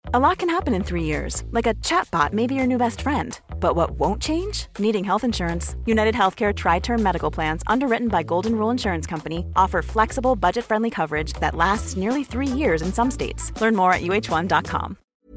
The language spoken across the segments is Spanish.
A lot can happen in 3 years, like a chatbot may be your new best friend. But what won't change? Needing health insurance. United Healthcare Tri-Term Medical Plans, underwritten by Golden Rule Insurance Company, offer flexible, budget-friendly coverage that lasts nearly 3 years in some states. Learn more at uh1.com.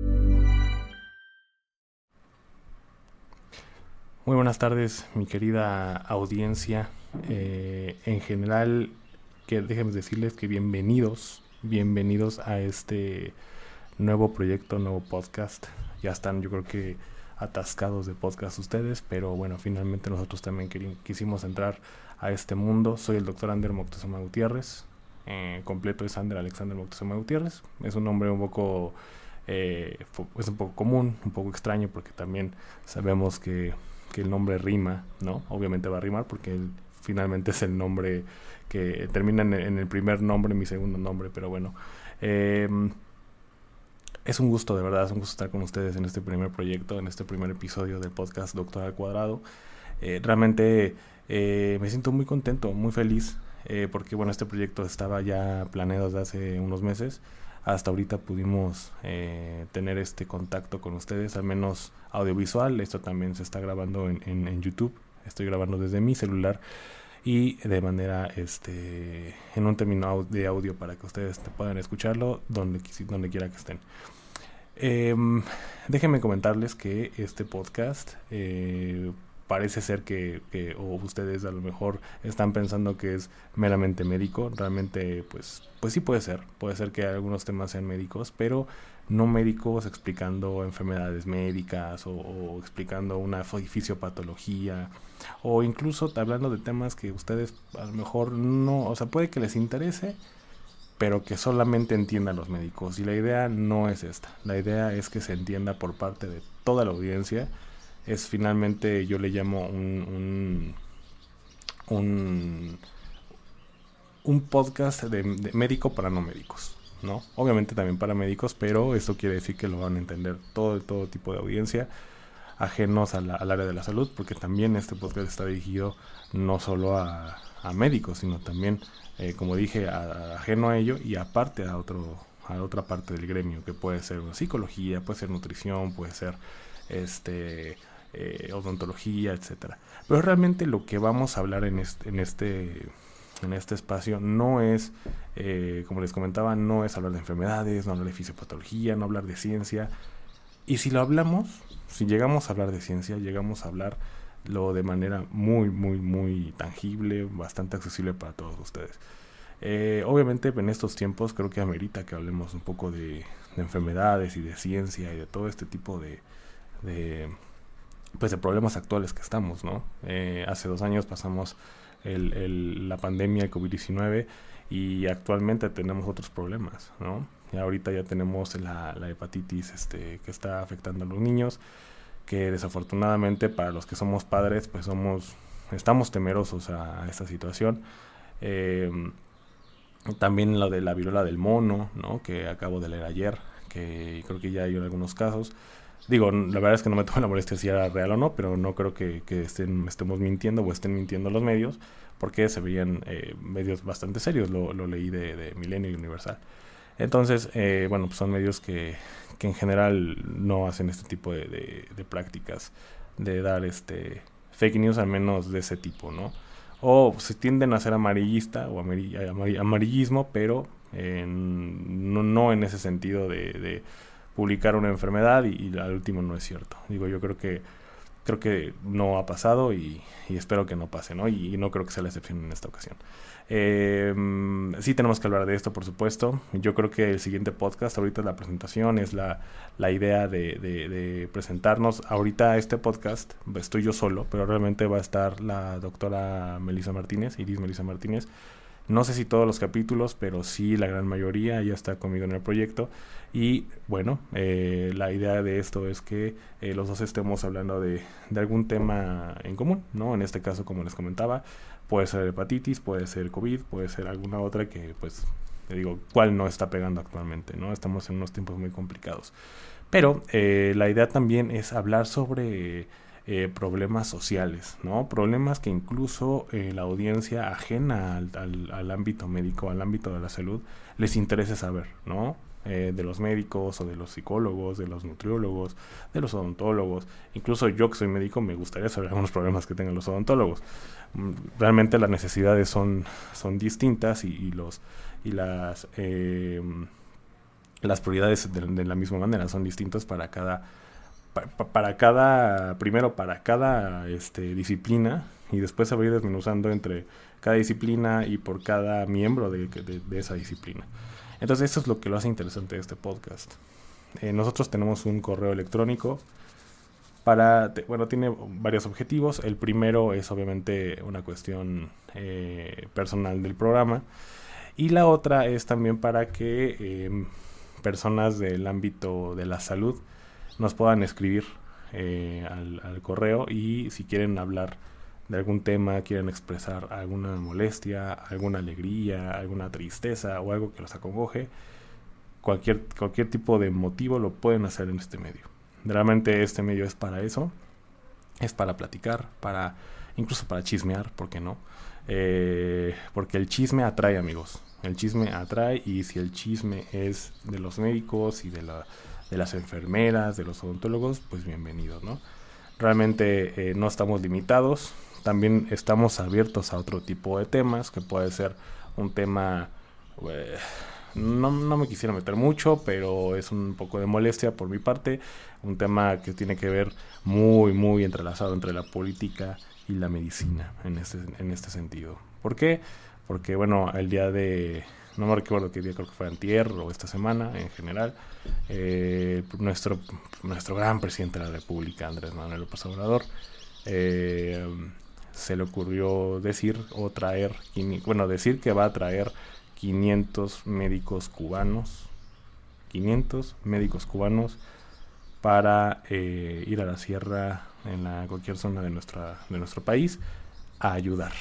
Muy buenas tardes, mi querida audiencia. En general, déjenme decirles que bienvenidos a este nuevo proyecto, nuevo podcast. Ya están, yo creo que atascados de podcast ustedes, pero bueno, finalmente nosotros también quisimos entrar a este mundo. Soy el doctor Ander Moctezuma Gutiérrez. Completo es Ander Alexander Moctezuma Gutiérrez. Es un nombre un poco común, un poco extraño, porque también sabemos que el nombre rima, ¿no? Obviamente va a rimar porque finalmente es el nombre que termina en el primer nombre, mi segundo nombre, pero bueno. Es un gusto, de verdad, es un gusto estar con ustedes en este primer proyecto, en este primer episodio del podcast Doctor al Cuadrado. Realmente me siento muy contento, muy feliz, porque bueno, este proyecto estaba ya planeado desde hace unos meses. Hasta ahorita pudimos tener este contacto con ustedes, al menos audiovisual. Esto también se está grabando en YouTube. Estoy grabando desde mi celular y de manera en un término de audio para que ustedes puedan escucharlo donde quiera que estén. Déjenme comentarles que este podcast parece ser que o ustedes a lo mejor están pensando que es meramente médico. Realmente pues sí puede ser que algunos temas sean médicos, pero no médicos explicando enfermedades médicas o explicando una fisiopatología, o incluso hablando de temas que ustedes a lo mejor no, o sea, puede que les interese, pero que solamente entiendan los médicos. Y la idea no es esta. La idea es que se entienda por parte de toda la audiencia. Es finalmente, yo le llamo un podcast de médico para no médicos, ¿no? Obviamente también para médicos, pero esto quiere decir que lo van a entender todo tipo de audiencia, ajenos al área de la salud, porque también este podcast está dirigido no solo a médicos, sino también, como dije, ajeno a ello y aparte a otra parte del gremio, que puede ser psicología, puede ser nutrición, puede ser odontología, etcétera. Pero realmente lo que vamos a hablar en este espacio no es, como les comentaba, no es hablar de enfermedades, no hablar de fisiopatología, no hablar de ciencia. Y si lo hablamos, si llegamos a hablar de ciencia, llegamos a hablarlo de manera muy, muy, muy tangible, bastante accesible para todos ustedes. Obviamente en estos tiempos creo que amerita que hablemos un poco de enfermedades y de ciencia y de todo este tipo de problemas actuales que estamos, ¿no? Hace 2 años pasamos la pandemia de COVID-19 y actualmente tenemos otros problemas, ¿no? Y ahorita ya tenemos la hepatitis que está afectando a los niños, que desafortunadamente para los que somos padres pues estamos temerosos a esta situación. También lo de la viruela del mono, ¿no? Que acabo de leer ayer, que creo que ya hay en algunos casos. Digo, la verdad es que no me tomo la molestia si era real o no, pero no creo que estemos mintiendo o estén mintiendo los medios, porque se veían medios bastante serios. Lo leí de Milenio y Universal. Entonces, bueno, pues son medios que en general no hacen este tipo de prácticas de dar fake news, al menos de ese tipo, ¿no? O se tienden a ser amarillista o amarillismo, pero no en ese sentido de publicar una enfermedad y al último no es cierto. Digo, yo creo que no ha pasado y espero que no pase, ¿no? Y no creo que sea la excepción en esta ocasión. Sí tenemos que hablar de esto, por supuesto. Yo creo que el siguiente podcast, ahorita la presentación, es la idea de presentarnos. Ahorita este podcast estoy yo solo, pero realmente va a estar la doctora Iris Melissa Martínez. No sé si todos los capítulos, pero sí la gran mayoría. Ella está conmigo en el proyecto. Y bueno, la idea de esto es que los dos estemos hablando de algún tema en común, ¿no? En este caso, como les comentaba, puede ser hepatitis, puede ser COVID, puede ser alguna otra que, pues, te digo, cuál no está pegando actualmente, ¿no? Estamos en unos tiempos muy complicados. Pero la idea también es hablar sobre problemas sociales, ¿no? Problemas que incluso la audiencia ajena al ámbito médico, al ámbito de la salud, les interesa saber, ¿no? de los médicos o de los psicólogos, de los nutriólogos, de los odontólogos. Incluso yo que soy médico me gustaría saber algunos problemas que tengan los odontólogos. Realmente las necesidades son distintas y las prioridades de la misma manera son distintas para cada disciplina, y después se va a ir desmenuzando entre cada disciplina y por cada miembro de esa disciplina. Entonces eso es lo que lo hace interesante este podcast. Nosotros tenemos un correo electrónico tiene varios objetivos. El primero es obviamente una cuestión personal del programa, y la otra es también para que personas del ámbito de la salud nos puedan escribir al correo, y si quieren hablar de algún tema, quieren expresar alguna molestia, alguna alegría, alguna tristeza o algo que los acongoje, cualquier tipo de motivo lo pueden hacer en este medio. Realmente este medio es para eso, es para platicar, incluso para chismear, ¿por qué no? Porque el chisme atrae, amigos. El chisme atrae, y si el chisme es de los médicos y de las enfermeras, de los odontólogos, pues bienvenidos, ¿no? Realmente no estamos limitados. También estamos abiertos a otro tipo de temas, que puede ser un tema... no me quisiera meter mucho, pero es un poco de molestia por mi parte. Un tema que tiene que ver muy, muy entrelazado entre la política y la medicina en este sentido. ¿Por qué? Porque, el día de... No me recuerdo qué día, creo que fue antier o esta semana en general. Nuestro gran presidente de la República, Andrés Manuel López Obrador, se le ocurrió decir que va a traer 500 médicos cubanos para ir a la sierra en cualquier zona de nuestro país a ayudar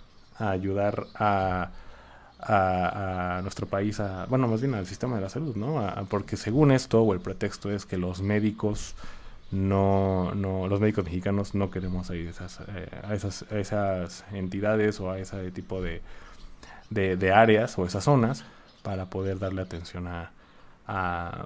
a nuestro país, más bien al sistema de la salud, ¿no? Porque según esto, o el pretexto es que los médicos los médicos mexicanos no queremos ir a esas entidades o a ese tipo de áreas o esas zonas para poder darle atención a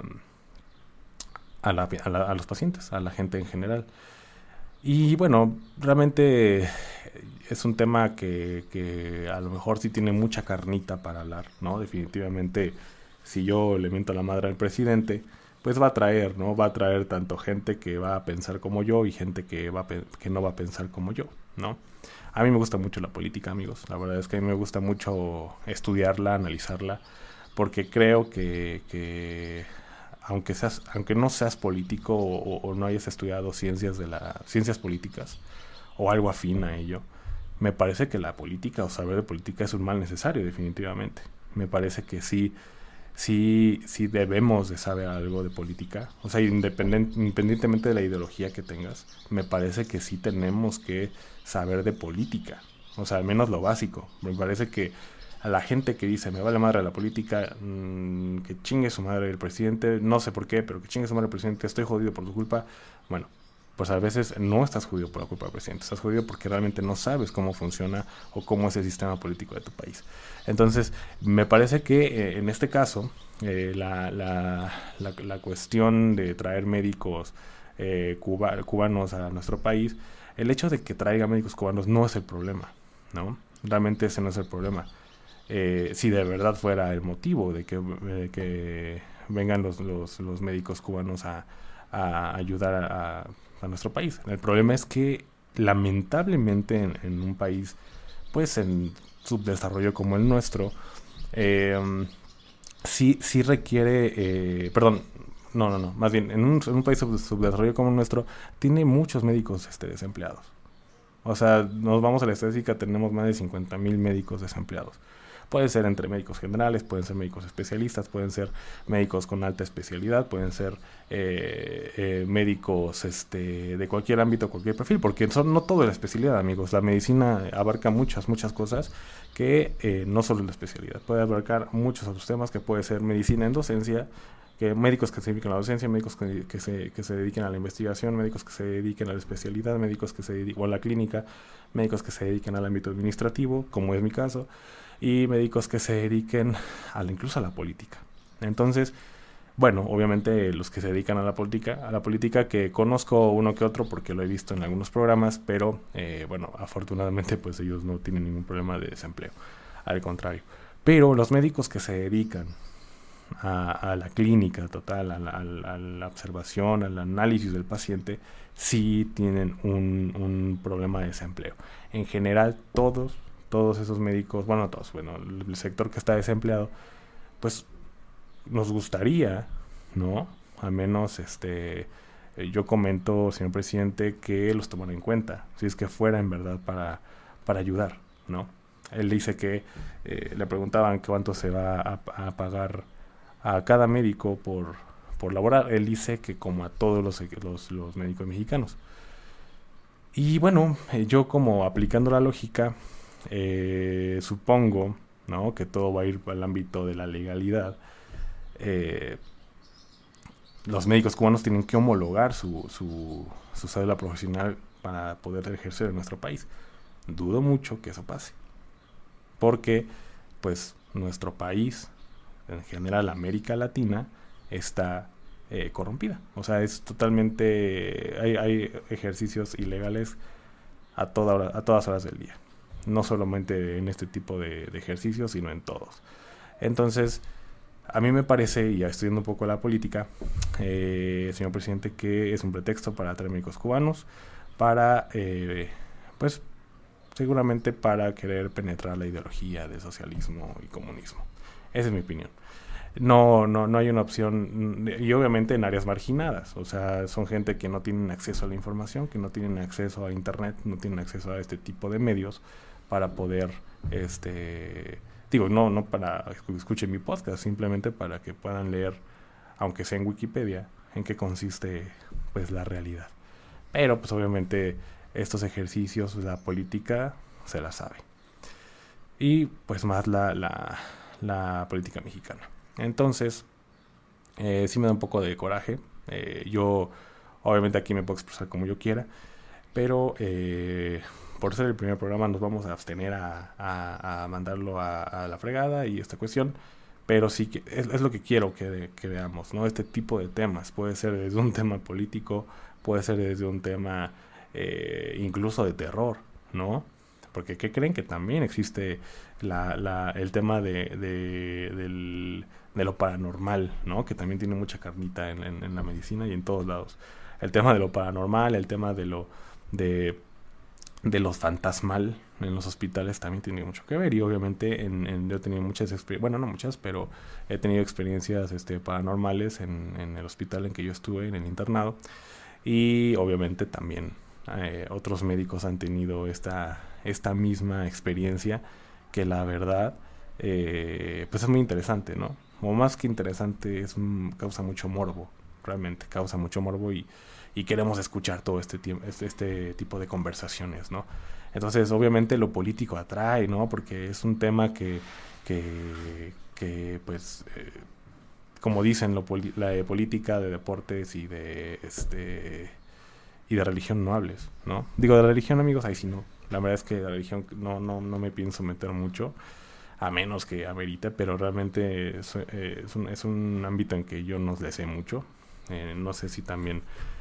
los pacientes, a la gente en general. Y realmente es un tema que a lo mejor sí tiene mucha carnita para hablar, ¿no? Definitivamente, si yo le miento a la madre al presidente, pues va a traer, ¿no? Va a traer tanto gente que va a pensar como yo y gente que no va a pensar como yo, ¿no? A mí me gusta mucho la política, amigos. La verdad es que a mí me gusta mucho estudiarla, analizarla, porque creo que aunque no seas político o no hayas estudiado ciencias políticas o algo afín a ello, me parece que la política o saber de política es un mal necesario, definitivamente. Me parece que sí debemos de saber algo de política. O sea, independientemente de la ideología que tengas, me parece que sí tenemos que saber de política. O sea, al menos lo básico. Me parece que a la gente que dice, me vale madre la política, que chingue su madre el presidente, no sé por qué, pero que chingue su madre el presidente, estoy jodido por tu culpa. Bueno, pues a veces no estás jodido por la culpa del presidente, estás jodido porque realmente no sabes cómo funciona o cómo es el sistema político de tu país. Entonces, me parece que en este caso, la cuestión de traer médicos cubanos a nuestro país, el hecho de que traiga médicos cubanos no es el problema, ¿no? Realmente ese no es el problema. Si de verdad fuera el motivo de que vengan los médicos cubanos a ayudar a nuestro país. El problema es que lamentablemente en un país pues en subdesarrollo como el nuestro, sí requiere, más bien en un país subdesarrollo como el nuestro tiene muchos médicos desempleados. O sea, nos vamos a la estadística, tenemos más de 50,000 médicos desempleados. Pueden ser entre médicos generales, pueden ser médicos especialistas, pueden ser médicos con alta especialidad, pueden ser médicos de cualquier ámbito, cualquier perfil, porque no todo es la especialidad, amigos. La medicina abarca muchas cosas que no solo la especialidad. Puede abarcar muchos otros temas, que puede ser medicina en docencia, que médicos que se dediquen a la docencia, médicos que se dediquen a la investigación, médicos que se dediquen a la especialidad, médicos que se dediquen a la clínica, médicos que se dediquen al ámbito administrativo, como es mi caso, y médicos que se dediquen incluso a la política. Entonces, Bueno, obviamente los que se dedican a la política que conozco uno que otro porque lo he visto en algunos programas, pero bueno, afortunadamente pues ellos no tienen ningún problema de desempleo, al contrario. Pero los médicos que se dedican a la clínica total, a la observación, al análisis del paciente, sí tienen un problema de desempleo. En general, todos esos médicos, bueno, todos, bueno, el sector que está desempleado, pues nos gustaría, ¿no? Al menos, yo comento, señor presidente, que los toman en cuenta, si es que fuera en verdad para ayudar, ¿no? Él dice que le preguntaban cuánto se va a pagar a cada médico por laborar. Él dice que como a todos los médicos mexicanos. Y bueno, yo como aplicando la lógica, supongo, ¿no?, que todo va a ir al ámbito de la legalidad. Los médicos cubanos tienen que homologar su cédula profesional para poder ejercer en nuestro país. Dudo mucho que eso pase, porque pues nuestro país, en general América Latina, está corrompida. O sea, es totalmente... Hay ejercicios ilegales a todas horas del día. No solamente en este tipo de ejercicios, sino en todos. Entonces, a mí me parece, y ya estudiando un poco la política, señor presidente, que es un pretexto para traer médicos cubanos, para, pues, seguramente para querer penetrar la ideología de socialismo y comunismo. Esa es mi opinión. No hay una opción, y obviamente en áreas marginadas. O sea, son gente que no tienen acceso a la información, que no tienen acceso a internet, no tienen acceso a este tipo de medios para poder, digo, no para que escuchen mi podcast, simplemente para que puedan leer, aunque sea en Wikipedia, en qué consiste pues la realidad. Pero pues obviamente estos ejercicios, la política se la sabe. Y pues más la política mexicana. Entonces, sí me da un poco de coraje. Yo, obviamente aquí me puedo expresar como yo quiera, pero por ser el primer programa nos vamos a abstener a mandarlo a la fregada y esta cuestión. Pero sí que es lo que quiero que veamos, ¿no? Este tipo de temas. Puede ser desde un tema político, puede ser desde un tema incluso de terror, ¿no? Porque ¿qué creen? Que también existe el tema de lo paranormal, ¿no? Que también tiene mucha carnita en la medicina y en todos lados. El tema de lo paranormal, el tema de lo fantasmal en los hospitales también tiene mucho que ver. Y obviamente yo he tenido muchas experiencias, bueno, no muchas, pero he tenido experiencias paranormales en el hospital en que yo estuve, en el internado. Y obviamente también otros médicos han tenido esta misma experiencia, que la verdad pues es muy interesante, ¿no? O más que interesante, causa mucho morbo, realmente causa mucho morbo, y queremos escuchar todo este tipo de conversaciones, ¿no? Entonces obviamente lo político atrae, ¿no? Porque es un tema que pues como dicen, la política, de deportes y de religión no hables, ¿no? Digo, de la religión, amigos, ahí sí no. La verdad es que la religión no me pienso meter mucho, a menos que amerite, pero realmente es un ámbito en que yo no le sé mucho. No sé si también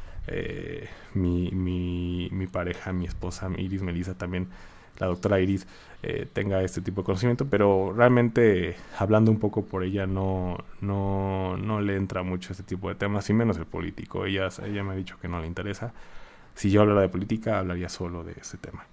mi pareja, mi esposa Iris Melissa, también la doctora Iris, tenga este tipo de conocimiento, pero realmente hablando un poco por ella no le entra mucho este tipo de temas, y menos el político. Ella me ha dicho que no le interesa. Si yo hablara de política, hablaría solo de ese tema.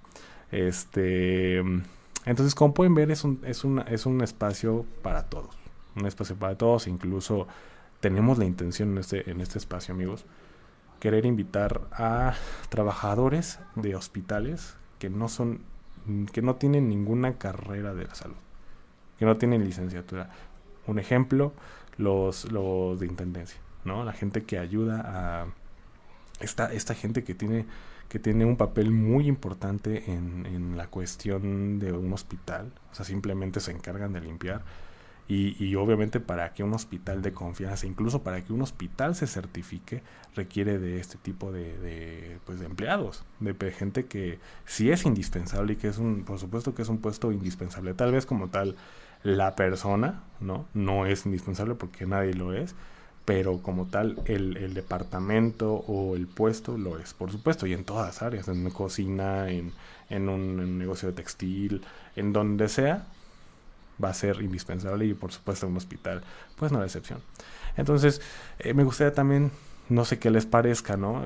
Entonces, como pueden ver, es un espacio para todos. Un espacio para todos. Incluso tenemos la intención en este espacio, amigos, querer invitar a trabajadores de hospitales que no tienen ninguna carrera de la salud, que no tienen licenciatura. Un ejemplo, los de intendencia, ¿no? La gente que ayuda a esta gente que tiene un papel muy importante en la cuestión de un hospital. O sea, simplemente se encargan de limpiar. Y obviamente para que un hospital de confianza, incluso para que un hospital se certifique, requiere de este tipo de empleados, de gente que sí es indispensable, y que por supuesto que es un puesto indispensable. Tal vez como tal la persona no es indispensable, porque nadie lo es, pero como tal el departamento o el puesto lo es, por supuesto, y en todas las áreas, en cocina, en un negocio de textil, en donde sea, va a ser indispensable, y por supuesto en un hospital, pues no la excepción. Entonces, me gustaría también, no sé qué les parezca, ¿no?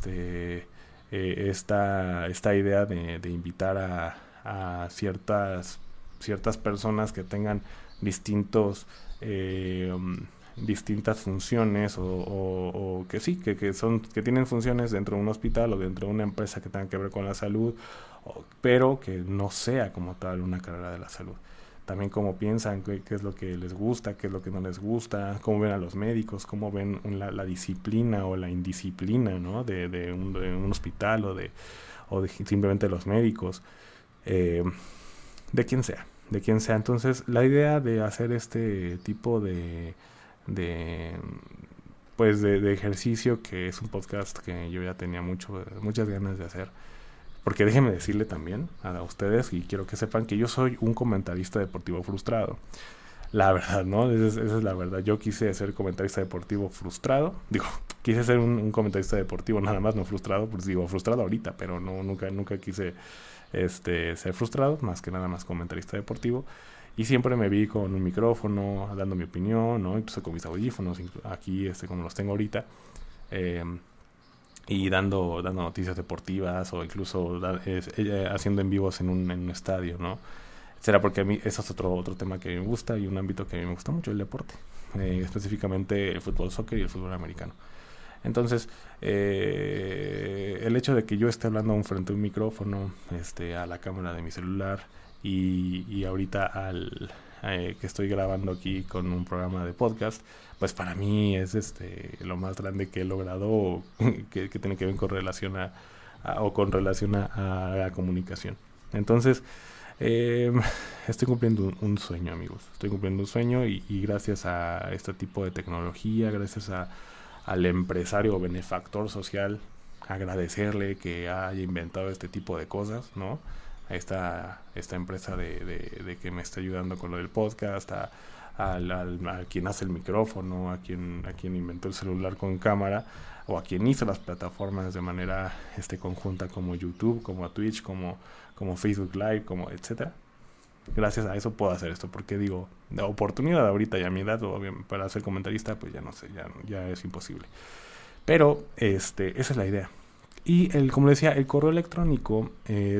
Esta idea de invitar a ciertas personas que tengan distintas funciones o que sí, que tienen funciones dentro de un hospital o dentro de una empresa que tengan que ver con la salud, pero que no sea como tal una carrera de la salud. También cómo piensan, qué es lo que les gusta, qué es lo que no les gusta, cómo ven a los médicos, cómo ven la disciplina o la indisciplina, ¿no? de un hospital o de simplemente los médicos, de quien sea. Entonces, la idea de hacer este tipo de ejercicio, que es un podcast que yo ya tenía muchas ganas de hacer, porque déjenme decirle también a ustedes, y quiero que sepan que yo soy un comentarista deportivo frustrado. La verdad, ¿no? Esa es la verdad. Yo quise ser comentarista deportivo frustrado. Quise ser un comentarista deportivo nada más, no frustrado. Pues frustrado ahorita, pero nunca quise ser frustrado, más que nada más comentarista deportivo. Y siempre me vi con un micrófono, dando mi opinión, ¿no? Incluso con mis audífonos, aquí como los tengo ahorita. Y dando noticias deportivas, o incluso haciendo en vivos en un estadio, ¿no? Será porque a mí eso es otro tema que me gusta, y un ámbito que a mí me gusta mucho, el deporte, específicamente el fútbol, soccer y el fútbol americano. Entonces, el hecho de que yo esté hablando frente a un micrófono, a la cámara de mi celular, y ahorita que estoy grabando aquí con un programa de podcast, pues para mí es lo más grande que he logrado, que tiene que ver con relación a la comunicación. Entonces, estoy cumpliendo un sueño, amigos. Estoy cumpliendo un sueño, y gracias a este tipo de tecnología, gracias al empresario o benefactor social, agradecerle que haya inventado este tipo de cosas, ¿no? A esta empresa de que me está ayudando con lo del podcast, a quien hace el micrófono, a quien inventó el celular con cámara, o a quien hizo las plataformas de manera conjunta, como YouTube, como a Twitch, como Facebook Live, como etcétera. Gracias a eso puedo hacer esto, porque la oportunidad ahorita, y a mi edad, para ser comentarista, pues ya no sé, ya es imposible. Pero esa es la idea. Y como decía, el correo electrónico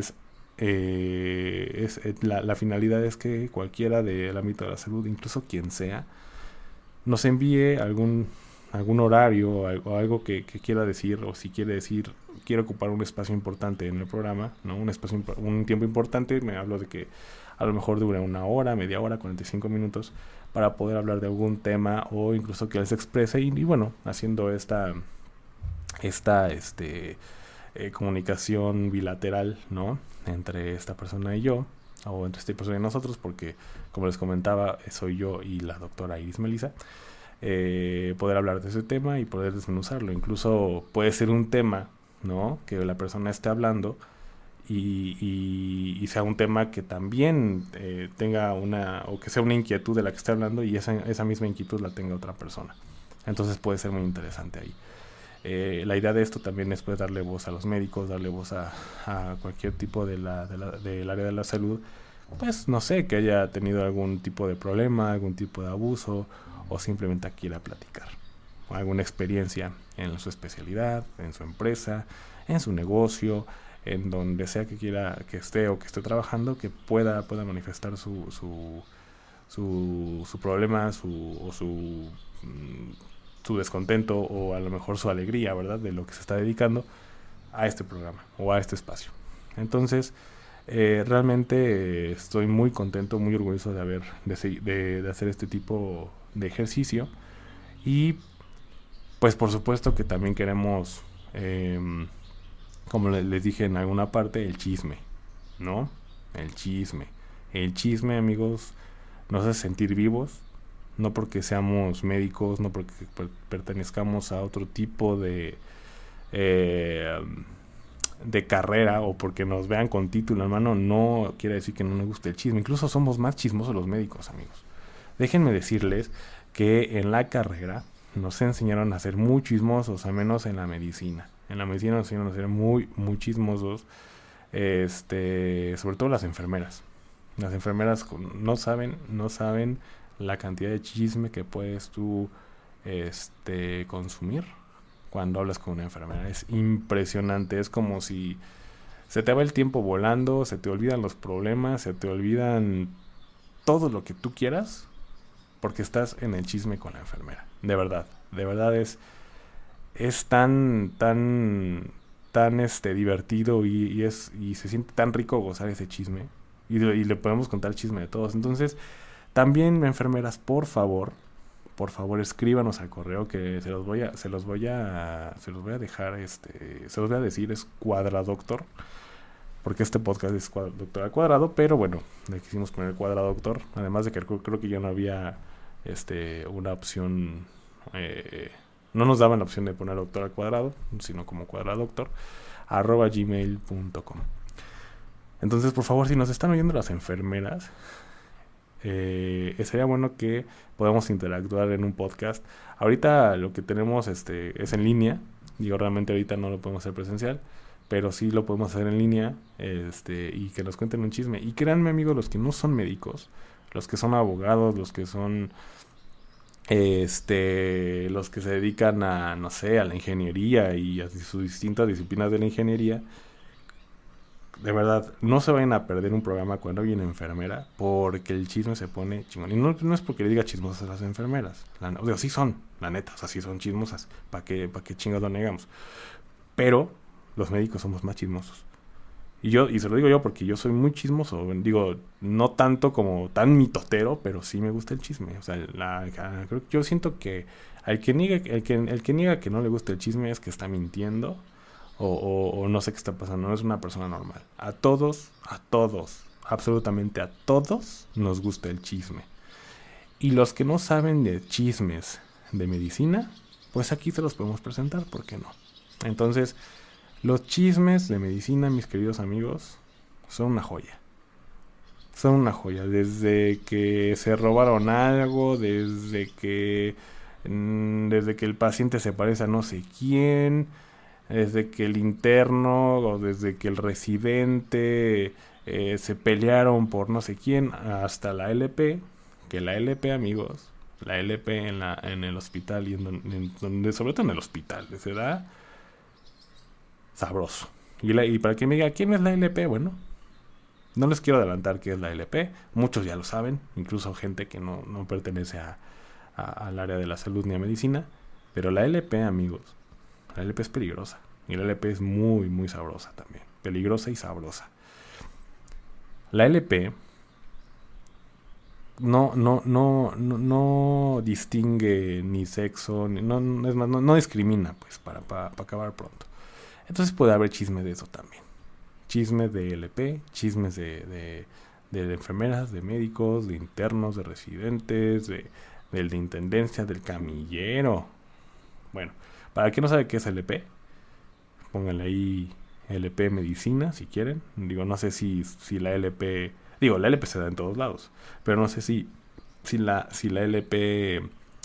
la finalidad es que cualquiera del ámbito de la salud, incluso quien sea, nos envíe algún horario o algo que quiera decir, o si quiere decir, quiere ocupar un espacio importante en el programa, ¿no? Un tiempo importante, me hablo de que a lo mejor dure 1 hora, media hora, 45 minutos, para poder hablar de algún tema, o incluso que él se exprese, y bueno, haciendo esta comunicación bilateral, ¿no? Entre esta persona y yo, o entre esta persona y nosotros, porque como les comentaba, soy yo y la doctora Iris Melissa. Poder hablar de ese tema y poder desmenuzarlo. Incluso puede ser un tema, ¿no? Que la persona esté hablando, y sea un tema que también tenga o que sea una inquietud de la que esté hablando, y esa misma inquietud la tenga otra persona. Entonces puede ser muy interesante ahí. La idea de esto también es, pues, darle voz a los médicos, darle voz a cualquier tipo del área de la salud, pues no sé, que haya tenido algún tipo de problema, algún tipo de abuso, o simplemente quiera platicar alguna experiencia en su especialidad, en su empresa, en su negocio, en donde sea que quiera que esté o que esté trabajando, que pueda manifestar su problema, su descontento, o a lo mejor su alegría, ¿verdad?, de lo que se está dedicando a este programa o a este espacio. Entonces, realmente estoy muy contento, muy orgulloso de hacer este tipo de ejercicio. Y pues por supuesto que también queremos, como les dije en alguna parte, el chisme, ¿no? El chisme, amigos, nos hace sentir vivos. No porque seamos médicos, no porque pertenezcamos a otro tipo de carrera, o porque nos vean con título en mano, no quiere decir que no nos guste el chisme. Incluso somos más chismosos los médicos, amigos. Déjenme decirles que en la carrera, nos enseñaron a ser muy chismosos, al menos en la medicina. En la medicina nos enseñaron a ser muy, muy chismosos, sobre todo las enfermeras. Las enfermeras no saben la cantidad de chisme que puedes tú consumir cuando hablas con una enfermera. Es impresionante, es como si se te va el tiempo volando, se te olvidan los problemas, se te olvidan todo lo que tú quieras, porque estás en el chisme con la enfermera. De verdad es tan divertido y se siente tan rico gozar ese chisme. Y le podemos contar chisme de todos. Entonces, también, enfermeras, por favor, escríbanos al correo que se los voy a dejar, se los voy a decir, es Cuadradoctor, porque este podcast es Doctor al Cuadrado, pero bueno, le quisimos poner Cuadradoctor, además de que creo que ya no había una opción, no nos daban la opción de poner Doctor al Cuadrado, sino como Cuadradoctor, @gmail.com. Entonces, por favor, si nos están oyendo las enfermeras, sería bueno que podamos interactuar en un podcast. Ahorita lo que tenemos es en línea. Digo, realmente ahorita no lo podemos hacer presencial, pero sí lo podemos hacer en línea, y que nos cuenten un chisme. Y créanme, amigos, los que no son médicos, los que son abogados, los que son los que se dedican a, no sé, a la ingeniería y a sus distintas disciplinas de la ingeniería, de verdad, no se vayan a perder un programa cuando hay una enfermera, porque el chisme se pone chingón. Y no es porque le diga chismosas a las enfermeras. O sea, sí son, la neta, o sea, sí son chismosas. ¿Para qué chingados lo negamos? Pero los médicos somos más chismosos. Y se lo digo yo porque yo soy muy chismoso. Digo, no tanto como tan mitotero, pero sí me gusta el chisme. O sea, yo siento que el que niega que no le gusta el chisme es que está mintiendo. O no sé qué está pasando, no es una persona normal. A todos, absolutamente a todos nos gusta el chisme. Y los que no saben de chismes de medicina, pues aquí se los podemos presentar, ¿por qué no? Entonces, los chismes de medicina, mis queridos amigos, son una joya. Son una joya. Desde que se robaron algo, desde que el paciente se parece a no sé quién, desde que el interno o desde que el residente se pelearon por no sé quién, hasta la LP, que la LP, amigos, la LP en el hospital y donde, sobre todo en el hospital, se da sabroso. Y para que me diga, ¿quién es la LP? Bueno, no les quiero adelantar qué es la LP, muchos ya lo saben, incluso gente que no pertenece al área de la salud ni a medicina, pero la LP, amigos, la LP es peligrosa. Y la LP es muy, muy sabrosa también. Peligrosa y sabrosa. La LP no distingue ni sexo, es más, no discrimina, pues, para acabar pronto. Entonces puede haber chisme de eso también. Chisme de LP, chismes de enfermeras, de médicos, de internos, de residentes, del de intendencia, del camillero. Bueno, para el que no sabe qué es LP, pónganle ahí LP medicina si quieren. Digo, no sé si la LP, digo, la LP se da en todos lados, pero no sé si la LP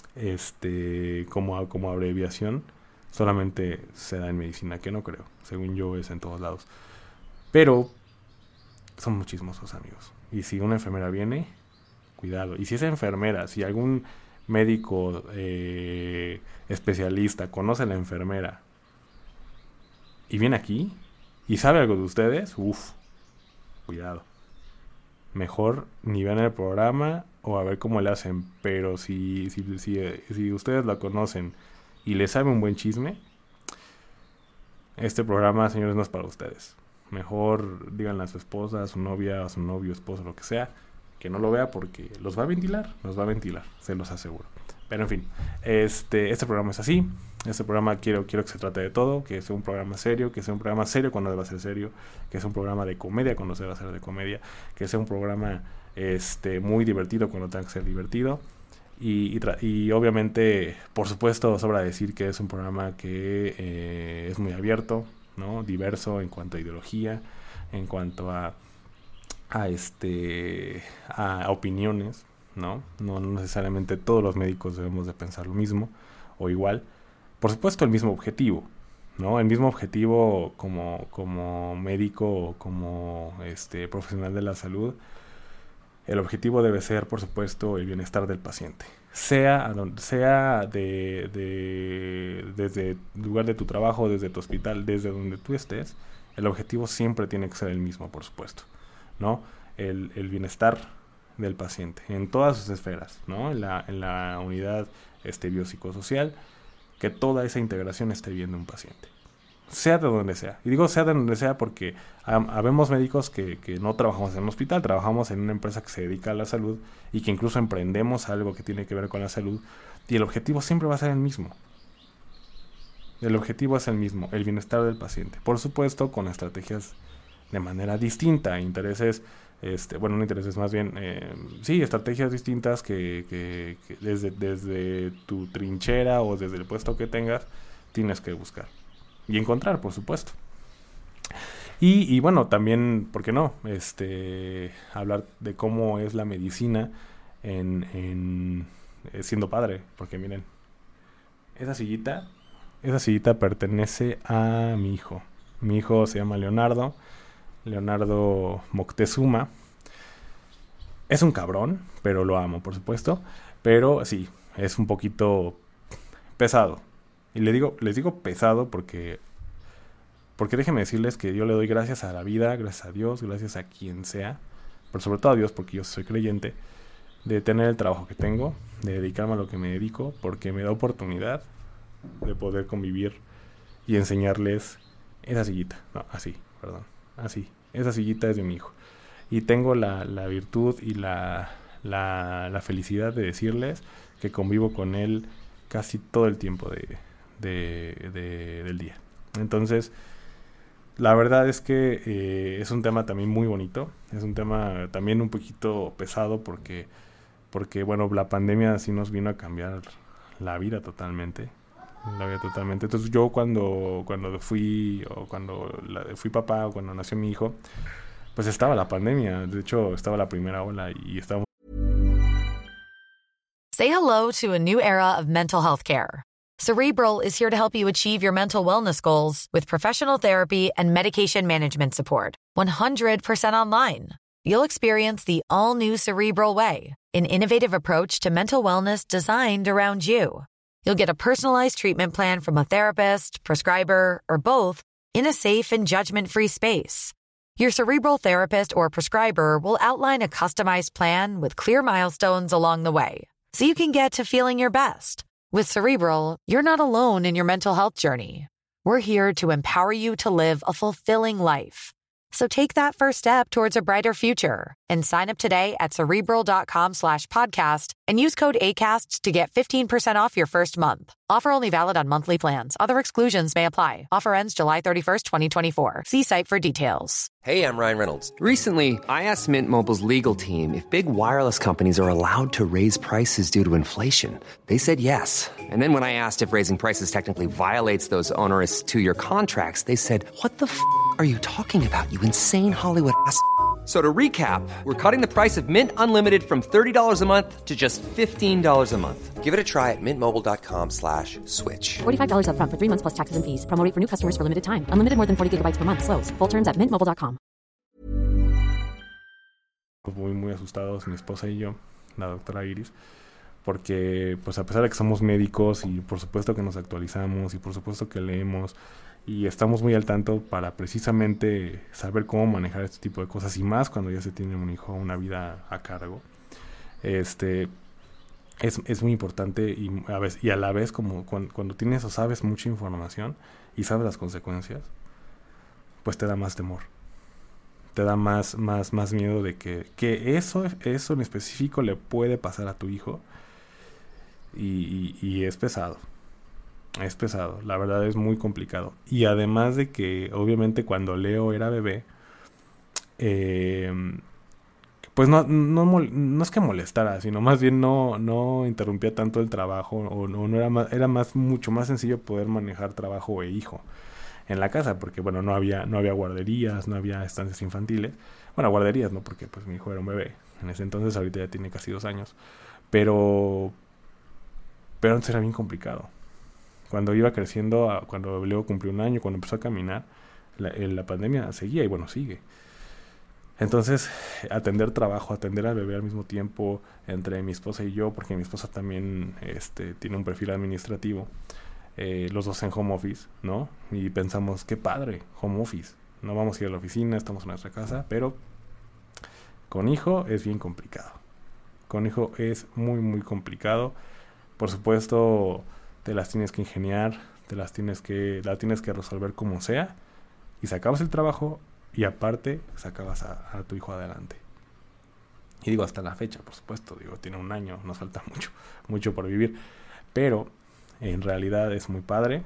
como abreviación solamente se da en medicina, que no creo, según yo es en todos lados. Pero somos chismosos, amigos. Y si una enfermera viene, cuidado. Y si esa enfermera, si algún médico especialista conoce a la enfermera y viene aquí y sabe algo de ustedes, cuidado. Mejor ni vean el programa o a ver cómo le hacen. Pero si ustedes la conocen y le sabe un buen chisme, este programa, señores, no es para ustedes. Mejor díganle a su esposa, a su novia, a su novio, esposo, lo que sea, que no lo vea porque los va a ventilar, se los aseguro. Pero en fin, este programa es así. Este programa quiero que se trate de todo, que sea un programa serio, que sea un programa serio cuando deba ser serio, que sea un programa de comedia cuando se deba ser de comedia, que sea un programa muy divertido cuando tenga que ser divertido. Y obviamente, por supuesto, sobra decir que es un programa que es muy abierto, ¿no? Diverso en cuanto a ideología, en cuanto a opiniones, ¿no? No necesariamente todos los médicos debemos de pensar lo mismo, o igual. Por supuesto, el mismo objetivo, ¿no? El mismo objetivo como médico o como profesional de la salud. El objetivo debe ser, por supuesto, el bienestar del paciente. Sea desde el lugar de tu trabajo, desde tu hospital, desde donde tú estés, el objetivo siempre tiene que ser el mismo, por supuesto, ¿no? El bienestar del paciente en todas sus esferas, ¿no? En la unidad biopsicosocial, que toda esa integración esté viendo un paciente, sea de donde sea. Y digo sea de donde sea porque habemos médicos que no trabajamos en un hospital, trabajamos en una empresa que se dedica a la salud y que incluso emprendemos algo que tiene que ver con la salud, y el objetivo siempre va a ser el mismo. El objetivo es el mismo, el bienestar del paciente. Por supuesto, con estrategias de manera distinta, intereses, no intereses, más bien, estrategias distintas que desde tu trinchera o desde el puesto que tengas, tienes que buscar y encontrar, por supuesto. Y bueno, también, ¿por qué no? Hablar de cómo es la medicina siendo padre, porque miren, esa sillita pertenece a mi hijo. Mi hijo se llama Leonardo Moctezuma. Es un cabrón, pero lo amo, por supuesto. Pero sí, es un poquito pesado. Y les digo pesado porque déjenme decirles que yo le doy gracias a la vida, gracias a Dios, gracias a quien sea, pero sobre todo a Dios, porque yo soy creyente, de tener el trabajo que tengo, de dedicarme a lo que me dedico, porque me da oportunidad de poder convivir y enseñarles esa sillita. Esa sillita es de mi hijo. Y tengo la virtud y la felicidad de decirles que convivo con él casi todo el tiempo del día. Entonces, la verdad es que es un tema también muy bonito. Es un tema también un poquito pesado porque bueno, la pandemia sí nos vino a cambiar la vida totalmente. Entonces yo cuando fui papá o cuando nació mi hijo, pues estaba la pandemia. De hecho, estaba la primera ola y estábamos. Say hello to a new era of mental health care. Cerebral is here to help you achieve your mental wellness goals with professional therapy and medication management support. 100% online. You'll experience the all-new Cerebral Way, an innovative approach to mental wellness designed around you. You'll get a personalized treatment plan from a therapist, prescriber, or both in a safe and judgment-free space. Your Cerebral therapist or prescriber will outline a customized plan with clear milestones along the way, so you can get to feeling your best. With Cerebral, you're not alone in your mental health journey. We're here to empower you to live a fulfilling life. So take that first step towards a brighter future and sign up today at Cerebral.com/podcast and use code ACAST to get 15% off your first month. Offer only valid on monthly plans. Other exclusions may apply. Offer ends July 31st, 2024. See site for details. Hey, I'm Ryan Reynolds. Recently, I asked Mint Mobile's legal team if big wireless companies are allowed to raise prices due to inflation. They said yes. And then when I asked if raising prices technically violates those onerous two-year contracts, they said, "What the f*** are you talking about, you insane Hollywood ass?" So to recap, we're cutting the price of Mint Unlimited from $30 a month to just $15 a month. Give it a try at mintmobile.com/switch. $45 up front for 3 months plus taxes and fees. Promo rate for new customers for limited time. Unlimited more than 40 gigabytes per month. Slows full terms at mintmobile.com. Muy asustados, mi esposa y yo, la doctora Iris, porque pues a pesar de que somos médicos y por supuesto que nos actualizamos y por supuesto que leemos y estamos muy al tanto para precisamente saber cómo manejar este tipo de cosas, y más cuando ya se tiene un hijo, una vida a cargo, es muy importante y a la vez como cuando tienes o sabes mucha información y sabes las consecuencias, pues te da más temor, te da más miedo de que eso en específico le puede pasar a tu hijo, y es pesado. Es pesado, la verdad es muy complicado. Y además de que, obviamente, cuando Leo era bebé, pues no es que molestara, sino más bien no interrumpía tanto el trabajo, o no era mucho más sencillo poder manejar trabajo e hijo en la casa, porque bueno, no había guarderías, no había estancias infantiles. Bueno, guarderías no, porque pues mi hijo era un bebé en ese entonces, ahorita ya tiene casi 2 años, pero antes era bien complicado. Cuando iba creciendo, cuando luego cumplió un año, cuando empezó a caminar, la pandemia seguía y bueno, sigue. Entonces, atender trabajo, atender al bebé al mismo tiempo, entre mi esposa y yo, porque mi esposa también tiene un perfil administrativo, los dos en home office, ¿no? Y pensamos, qué padre, home office. No vamos a ir a la oficina, estamos en nuestra casa, pero con hijo es bien complicado. Con hijo es muy, muy complicado. Por supuesto, te las tienes que ingeniar, la tienes que resolver como sea, y sacabas el trabajo, y aparte sacabas a tu hijo adelante. Y digo, hasta la fecha, por supuesto, digo, tiene un año, nos falta mucho por vivir, pero en realidad es muy padre.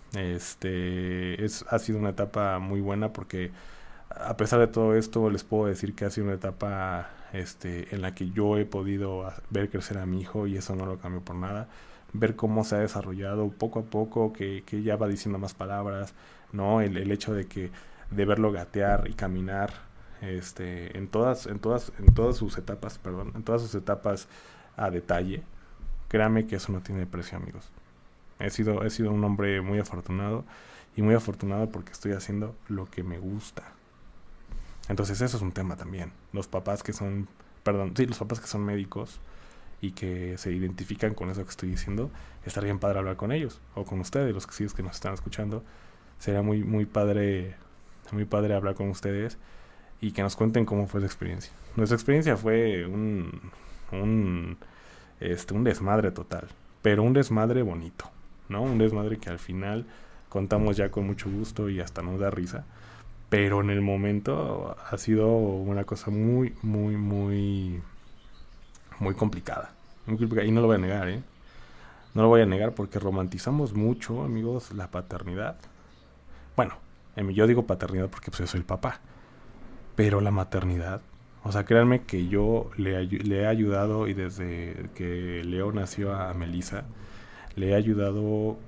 Ha sido una etapa muy buena porque a pesar de todo esto les puedo decir que ha sido una etapa en la que yo he podido ver crecer a mi hijo, y eso no lo cambio por nada. Ver cómo se ha desarrollado poco a poco, que ya va diciendo más palabras, ¿no? El hecho de verlo gatear y caminar en todas sus etapas a detalle. Créanme que eso no tiene precio, amigos. He sido un hombre muy afortunado, y muy afortunado porque estoy haciendo lo que me gusta. Entonces eso es un tema también. Los papás que son médicos y que se identifican con eso que estoy diciendo, estaría bien padre hablar con ellos, o con ustedes, los que nos están escuchando. Será muy, muy padre hablar con ustedes y que nos cuenten cómo fue su experiencia. Nuestra experiencia fue un desmadre total, pero un desmadre bonito, ¿no? Un desmadre que al final contamos ya con mucho gusto y hasta nos da risa, pero en el momento ha sido una cosa muy, muy, muy, muy complicada, y no lo voy a negar, no lo voy a negar, porque romantizamos mucho, amigos, la paternidad. Bueno, yo digo paternidad porque pues yo soy el papá, pero la maternidad, o sea, créanme que yo le he ayudado, y desde que Leo nació a Melissa, le he ayudado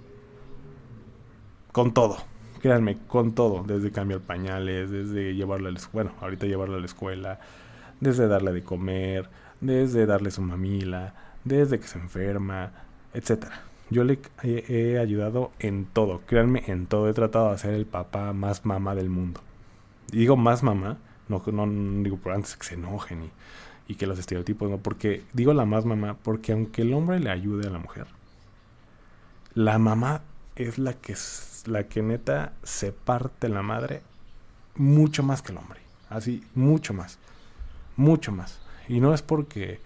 con todo. Créanme, con todo, desde cambiar pañales, desde llevarla a la escuela, ahorita llevarla a la escuela, desde darle de comer, desde darle su mamila, desde que se enferma, etcétera. Yo le he ayudado en todo, créanme, en todo. He tratado de ser el papá más mamá del mundo. Y digo más mamá, no digo por antes que se enojen y que los estereotipos, no, porque digo la más mamá, porque aunque el hombre le ayude a la mujer, la mamá es la que neta se parte la madre mucho más que el hombre. Así, mucho más. Y no es porque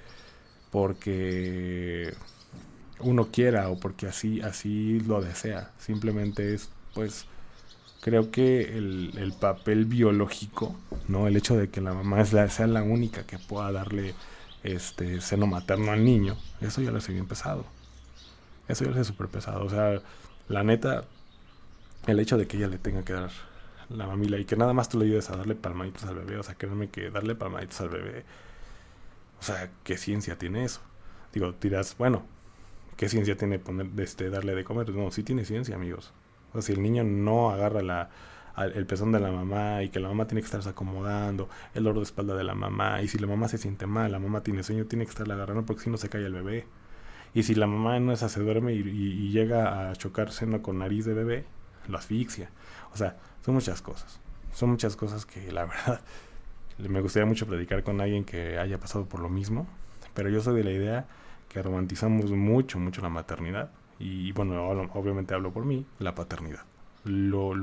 uno quiera o porque así lo desea. Simplemente es, pues, creo que el papel biológico, ¿no? El hecho de que la mamá sea la única que pueda darle seno materno al niño, eso ya lo hace bien pesado. Eso ya lo hace súper pesado. O sea, la neta, el hecho de que ella le tenga que dar la mamila y que nada más tú le ayudes a darle palmaditos al bebé, o sea, créanme que darle palmaditos al bebé, o sea, ¿qué ciencia tiene eso? Digo, dirás, bueno, ¿qué ciencia tiene darle de comer? No, sí tiene ciencia, amigos. O sea, si el niño no agarra el pezón de la mamá, y que la mamá tiene que estarse acomodando, el dolor de espalda de la mamá, y si la mamá se siente mal, la mamá tiene sueño, tiene que estarla agarrando porque si no se cae el bebé. Y si la mamá en esa se duerme y llega a chocar seno con nariz de bebé, lo asfixia. O sea, son muchas cosas. Son muchas cosas que la verdad me gustaría mucho platicar con alguien que haya pasado por lo mismo. Pero yo soy de la idea que romantizamos mucho la maternidad. Y bueno, obviamente hablo por mí, la paternidad. Lo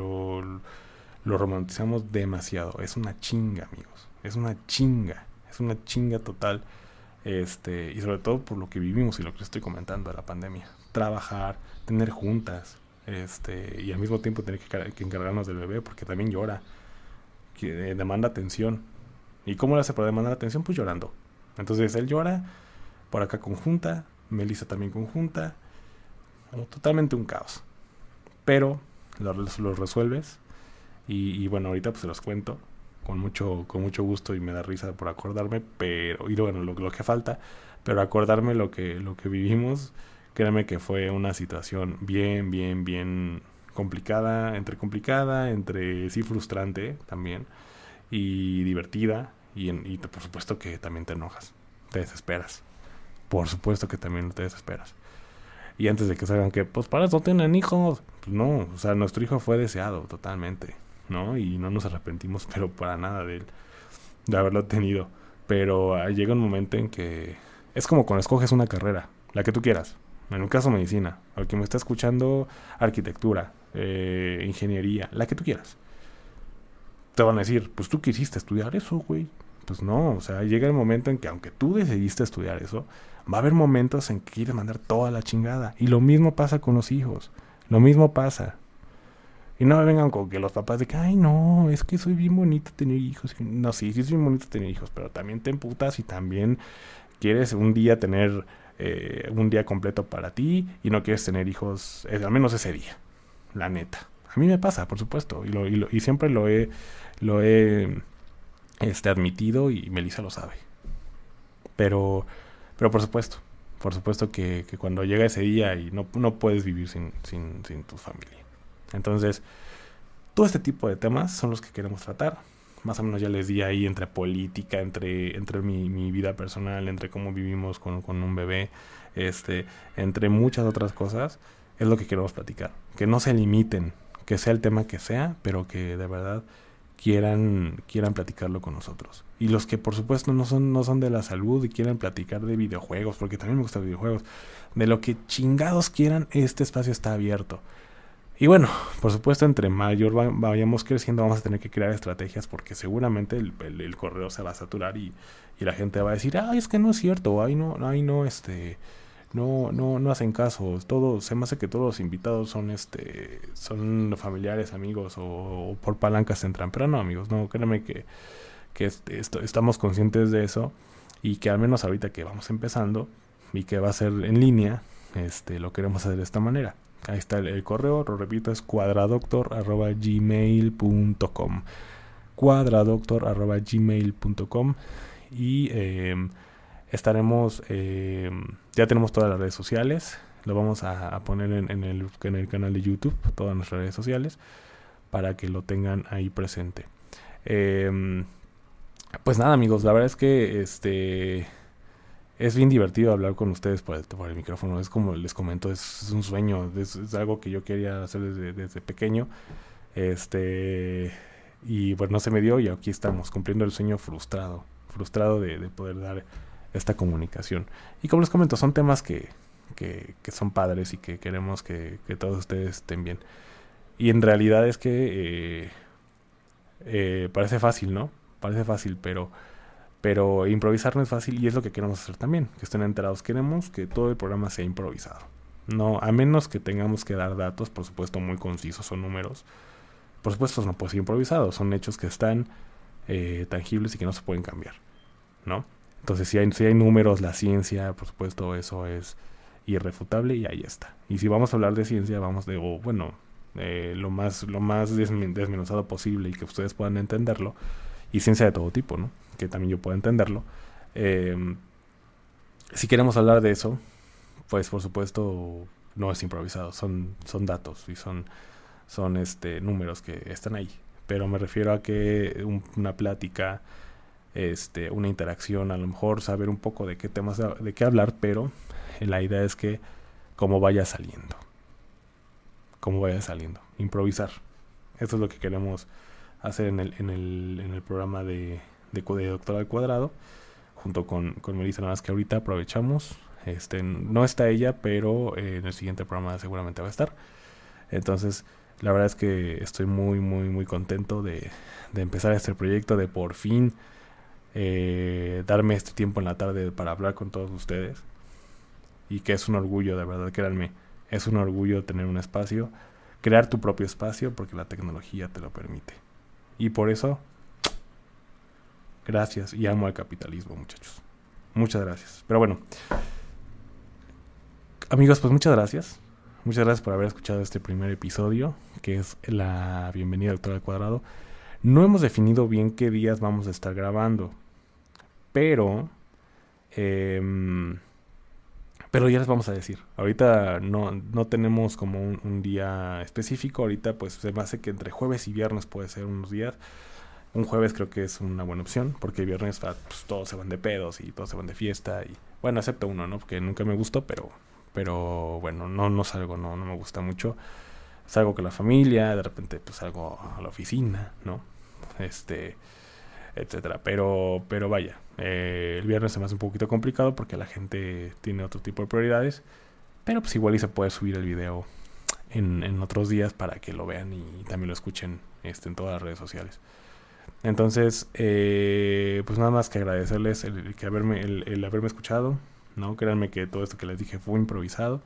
romantizamos demasiado. Es una chinga, amigos. Es una chinga total. Y sobre todo por lo que vivimos y lo que les estoy comentando de la pandemia. Trabajar, tener juntas, y al mismo tiempo tener que encargarnos del bebé porque también llora, que demanda atención. ¿Y cómo le hace para demandar atención? Pues llorando. Entonces él llora, por acá conjunta, Melissa también conjunta, totalmente un caos. Pero lo resuelves y bueno, ahorita pues se los cuento con mucho gusto y me da risa por acordarme, pero y bueno, lo que falta, pero acordarme lo que vivimos. Créanme que fue una situación bien complicada, entre sí frustrante también, y divertida, y por supuesto que también te enojas, te desesperas. Por supuesto que también te desesperas. Y antes de que salgan que, pues para eso tienen hijos. Pues no, o sea, nuestro hijo fue deseado totalmente, ¿no? Y no nos arrepentimos, pero para nada de haberlo tenido. Pero llega un momento en que es como cuando escoges una carrera, la que tú quieras. En el caso medicina, al que me está escuchando, arquitectura, ingeniería, la que tú quieras. Te van a decir, pues tú quisiste estudiar eso, güey. Pues no, o sea, llega el momento en que aunque tú decidiste estudiar eso, va a haber momentos en que quieres mandar toda la chingada. Y lo mismo pasa con los hijos. Lo mismo pasa. Y no me vengan con que los papás de que, ay, no, es que soy bien bonito tener hijos. No, sí es bien bonito tener hijos, pero también te emputas y también quieres un día tener un día completo para ti y no quieres tener hijos, al menos ese día. La neta. A mí me pasa, por supuesto. Y siempre lo he admitido y Melissa lo sabe. Pero por supuesto que cuando llega ese día y no puedes vivir sin tu familia. Entonces, todo este tipo de temas son los que queremos tratar. Más o menos ya les di ahí entre política, entre mi vida personal, entre cómo vivimos con un bebé, entre muchas otras cosas, es lo que queremos platicar. Que no se limiten, que sea el tema que sea, pero que de verdad quieran platicarlo con nosotros. Y los que por supuesto no son de la salud y quieran platicar de videojuegos, porque también me gustan los videojuegos, de lo que chingados quieran, este espacio está abierto. Y bueno, por supuesto, entre mayor vayamos creciendo, vamos a tener que crear estrategias, porque seguramente el correo se va a saturar y la gente va a decir, ay, es que no es cierto, no hacen caso, se me hace que todos los invitados son familiares, amigos o por palancas entran. Pero no, amigos, no, créanme que estamos conscientes de eso, y que al menos ahorita que vamos empezando y que va a ser en línea, lo queremos hacer de esta manera. Ahí está el correo, lo repito, es cuadradoctor@gmail.com, cuadradoctor@gmail.com. Y estaremos, ya tenemos todas las redes sociales, lo vamos a poner en el canal de YouTube, todas nuestras redes sociales, para que lo tengan ahí presente. Pues nada, amigos, la verdad es que es bien divertido hablar con ustedes por el micrófono. Es como les comento, es un sueño, es algo que yo quería hacer desde pequeño. Y pues no se me dio, y aquí estamos, cumpliendo el sueño frustrado de poder dar esta comunicación. Y como les comento, son temas que son padres y que queremos que todos ustedes estén bien. Y en realidad es que parece fácil, ¿no? Parece fácil, pero improvisar no es fácil, y es lo que queremos hacer también, que estén enterados. Queremos que todo el programa sea improvisado, no, a menos que tengamos que dar datos, por supuesto, muy concisos o números. Por supuesto, no puede ser improvisado, son hechos que están tangibles y que no se pueden cambiar, ¿no? Entonces, si hay números, la ciencia, por supuesto, eso es irrefutable, y ahí está. Y si vamos a hablar de ciencia, lo más desmenuzado posible y que ustedes puedan entenderlo. Y ciencia de todo tipo, ¿no? Que también yo puedo entenderlo. Si queremos hablar de eso, pues por supuesto no es improvisado, son datos y son números que están ahí. Pero me refiero a que una plática, una interacción, a lo mejor saber un poco de qué temas de qué hablar, pero la idea es que como vaya saliendo, improvisar. Eso es lo que queremos hacer en el programa de Doctor al Cuadrado, junto con Melissa. Nada más que ahorita aprovechamos, no está ella, pero en el siguiente programa seguramente va a estar. Entonces, la verdad es que estoy muy, muy, muy contento de empezar este proyecto, de por fin darme este tiempo en la tarde para hablar con todos ustedes, y que es un orgullo, de verdad, créanme, es un orgullo tener un espacio, crear tu propio espacio, porque la tecnología te lo permite. Y por eso, gracias, y amo al capitalismo, muchachos. Muchas gracias. Pero bueno, amigos, pues muchas gracias. Muchas gracias por haber escuchado este primer episodio, que es la bienvenida al Doctor al Cuadrado. No hemos definido bien qué días vamos a estar grabando, pero ya les vamos a decir. Ahorita no tenemos como un día específico. Ahorita pues se me hace que entre jueves y viernes puede ser unos días. Un jueves creo que es una buena opción, porque el viernes pues, todos se van de pedos y todos se van de fiesta. Y bueno, excepto uno, ¿no? Porque nunca me gustó, pero pero bueno, no salgo, no me gusta mucho. Salgo con la familia, de repente pues salgo a la oficina, ¿no? Etcétera. Pero vaya, el viernes se me hace un poquito complicado porque la gente tiene otro tipo de prioridades, pero pues igual y se puede subir el video en otros días para que lo vean y también lo escuchen en todas las redes sociales. Entonces, pues nada más que agradecerles el haberme escuchado, ¿no? Créanme que todo esto que les dije fue improvisado.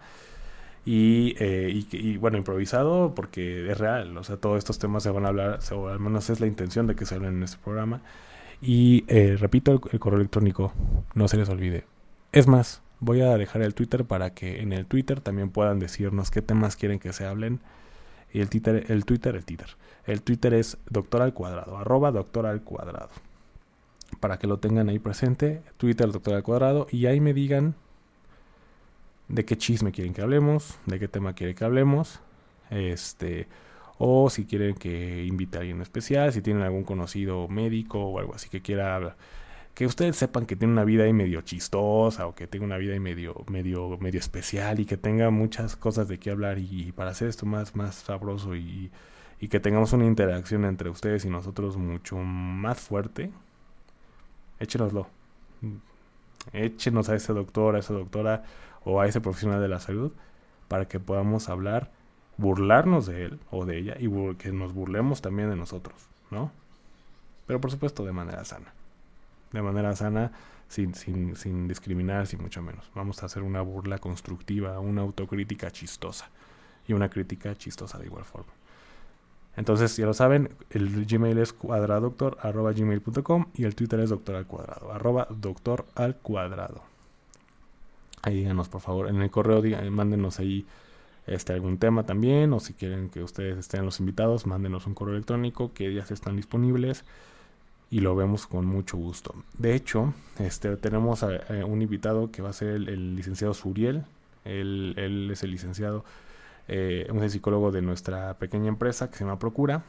Y bueno, improvisado porque es real. O sea, todos estos temas se van a hablar, o al menos es la intención de que se hablen en este programa. Y repito el correo electrónico, no se les olvide. Es más, voy a dejar el Twitter para que en el Twitter también puedan decirnos qué temas quieren que se hablen. Y el Twitter es Doctor al Cuadrado, @Doctor al Cuadrado. Para que lo tengan ahí presente, Twitter Doctor al Cuadrado, y ahí me digan de qué chisme quieren que hablemos, de qué tema quieren que hablemos, o si quieren que invite a alguien especial, si tienen algún conocido médico o algo así que quiera hablar. Que ustedes sepan que tiene una vida ahí medio chistosa o que tenga una vida ahí medio especial y que tenga muchas cosas de qué hablar y para hacer esto más sabroso y que tengamos una interacción entre ustedes y nosotros mucho más fuerte, échenoslo. Échenos a ese doctor, a esa doctora o a ese profesional de la salud para que podamos hablar, burlarnos de él o de ella y que nos burlemos también de nosotros, ¿no? Pero por supuesto de manera sana. De manera sana, sin discriminar, sin mucho menos. Vamos a hacer una burla constructiva, una autocrítica chistosa y una crítica chistosa de igual forma. Entonces, ya lo saben, el Gmail es cuadradoctor@gmail.com y el Twitter es doctoralcuadrado, @doctoralcuadrado. Ahí díganos, por favor, en el correo mándenos ahí algún tema también, o si quieren que ustedes estén los invitados, mándenos un correo electrónico, que días están disponibles y lo vemos con mucho gusto. De hecho, tenemos un invitado que va a ser el licenciado Suriel. Él es el licenciado, un psicólogo de nuestra pequeña empresa que se llama Procura.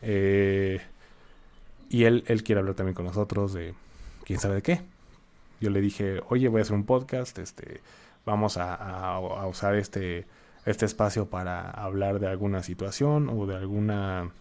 Y él quiere hablar también con nosotros de quién sabe de qué. Yo le dije, oye, voy a hacer un podcast, vamos a usar este espacio para hablar de alguna situación o de alguna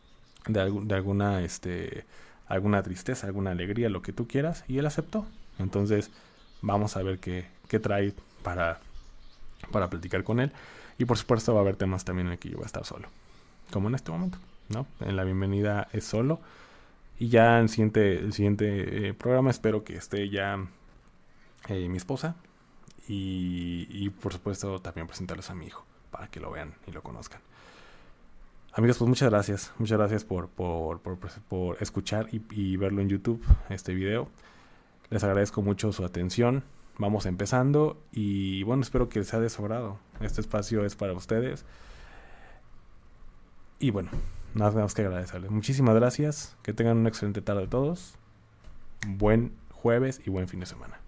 tristeza, alguna alegría, lo que tú quieras, y él aceptó. Entonces vamos a ver qué trae para platicar con él, y por supuesto va a haber temas también en el que yo voy a estar solo, como en este momento, ¿no? En la bienvenida es solo, y ya en el siguiente programa espero que esté ya mi esposa, y por supuesto también presentarles a mi hijo para que lo vean y lo conozcan. Amigos, pues muchas gracias por escuchar y verlo en YouTube, este video. Les agradezco mucho su atención. Vamos empezando y bueno, espero que les sea de su agrado. Este espacio es para ustedes. Y bueno, nada más que agradecerles. Muchísimas gracias. Que tengan una excelente tarde todos. Buen jueves y buen fin de semana.